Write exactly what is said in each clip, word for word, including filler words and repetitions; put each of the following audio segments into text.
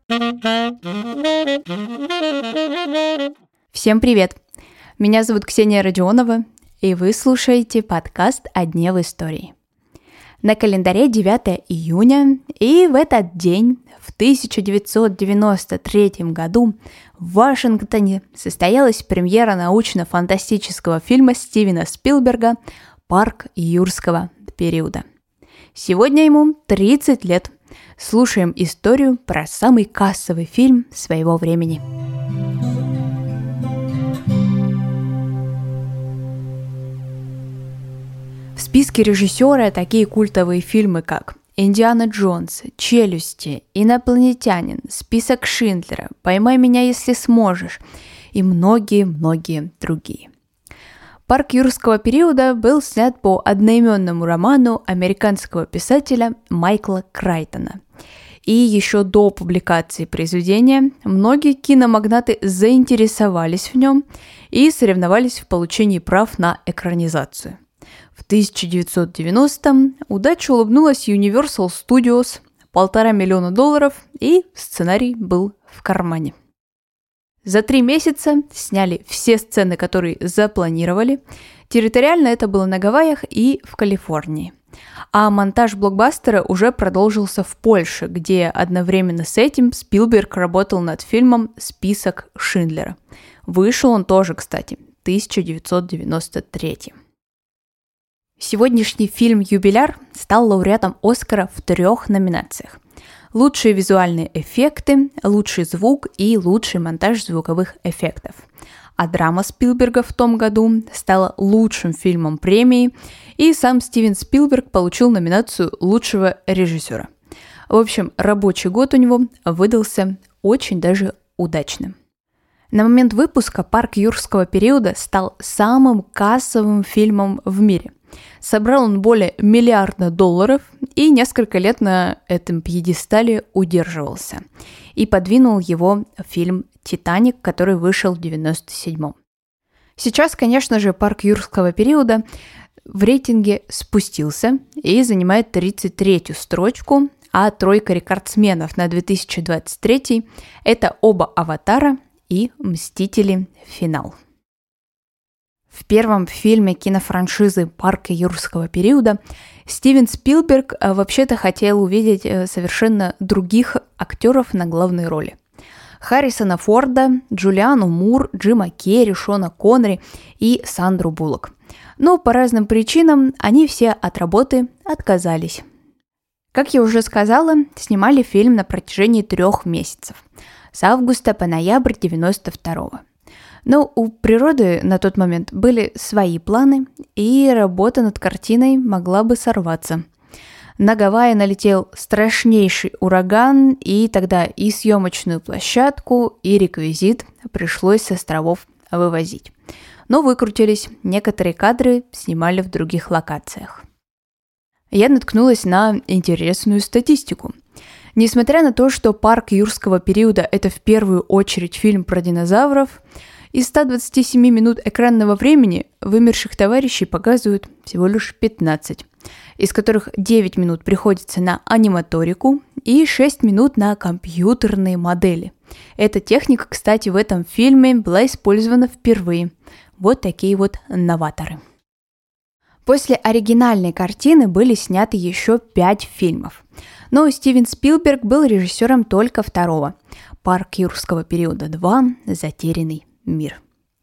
Всем привет! Меня зовут Ксения Родионова, и вы слушаете подкаст «О дне в истории». На календаре девятое июня, и в этот день, в тысяча девятьсот девяносто третьем году, в Вашингтоне состоялась премьера научно-фантастического фильма Стивена Спилберга «Парк юрского периода». Сегодня ему тридцать лет. Слушаем историю про самый кассовый фильм своего времени. В списке режиссера такие культовые фильмы, как «Индиана Джонс», «Челюсти», «Инопланетянин», «Список Шиндлера», «Поймай меня, если сможешь» и многие-многие другие. «Парк юрского периода» был снят по одноименному роману американского писателя Майкла Крайтона. И еще до публикации произведения многие киномагнаты заинтересовались в нем и соревновались в получении прав на экранизацию. В тысяча девятьсот девяностом удача улыбнулась Universal Studios, полтора миллиона долларов, и сценарий был в кармане. За три месяца сняли все сцены, которые запланировали. Территориально это было на Гавайях и в Калифорнии. А монтаж блокбастера уже продолжился в Польше, где одновременно с этим Спилберг работал над фильмом «Список Шиндлера». Вышел он тоже, кстати, в тысяча девятьсот девяносто третьем. Сегодняшний фильм «Юбиляр» стал лауреатом Оскара в трех номинациях. Лучшие визуальные эффекты, лучший звук и лучший монтаж звуковых эффектов. А драма Спилберга в том году стала лучшим фильмом премии, и сам Стивен Спилберг получил номинацию лучшего режиссера. В общем, рабочий год у него выдался очень даже удачным. На момент выпуска «Парк юрского периода» стал самым кассовым фильмом в мире. Собрал он более миллиарда долларов и несколько лет на этом пьедестале удерживался. И подвинул его фильм «Титаник», который вышел в девяносто седьмом. Сейчас, конечно же, «Парк юрского периода» в рейтинге спустился и занимает тридцать третью строчку, а тройка рекордсменов на две тысячи двадцать третий – это оба «Аватара» и «Мстители. Финал». В первом фильме кинофраншизы «Парка юрского периода» Стивен Спилберг вообще-то хотел увидеть совершенно других актеров на главной роли. Харрисона Форда, Джулиану Мур, Джима Керри, Шона Коннери и Сандру Буллок. Но по разным причинам они все от работы отказались. Как я уже сказала, снимали фильм на протяжении трех месяцев. С августа по ноябрь девяносто второго. Но у природы на тот момент были свои планы, и работа над картиной могла бы сорваться. На Гавайи налетел страшнейший ураган, и тогда и съемочную площадку, и реквизит пришлось с островов вывозить. Но выкрутились, некоторые кадры снимали в других локациях. Я наткнулась на интересную статистику. Несмотря на то, что «Парк юрского периода» — это в первую очередь фильм про динозавров, из ста двадцати семи минут экранного времени «Вымерших товарищей» показывают всего лишь пятнадцать, из которых девять минут приходится на аниматорику и шесть минут на компьютерные модели. Эта техника, кстати, в этом фильме была использована впервые. Вот такие вот новаторы. После оригинальной картины были сняты еще пять фильмов. Но Стивен Спилберг был режиссером только второго «Парк юрского периода два. Затерянный мир».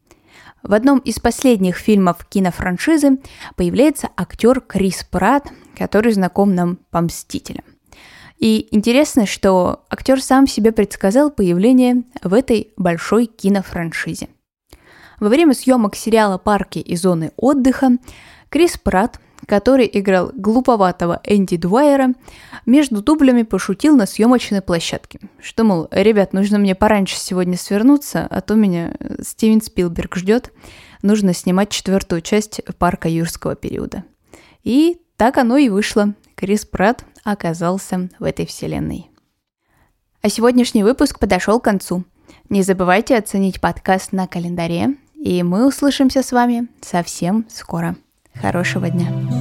В одном из последних фильмов кинофраншизы появляется актер Крис Пратт, который знаком нам по «Мстителям». И интересно, что актер сам себе предсказал появление в этой большой кинофраншизе. Во время съемок сериала «Парки и зоны отдыха» Крис Пратт, который играл глуповатого Энди Дуайера, между дублями пошутил на съемочной площадке, что, мол, ребят, нужно мне пораньше сегодня свернуться, а то меня Стивен Спилберг ждет, нужно снимать четвертую часть «Парка юрского периода». И так оно и вышло. Крис Пратт оказался в этой вселенной. А сегодняшний выпуск подошел к концу. Не забывайте оценить подкаст на календаре, и мы услышимся с вами совсем скоро. Хорошего дня!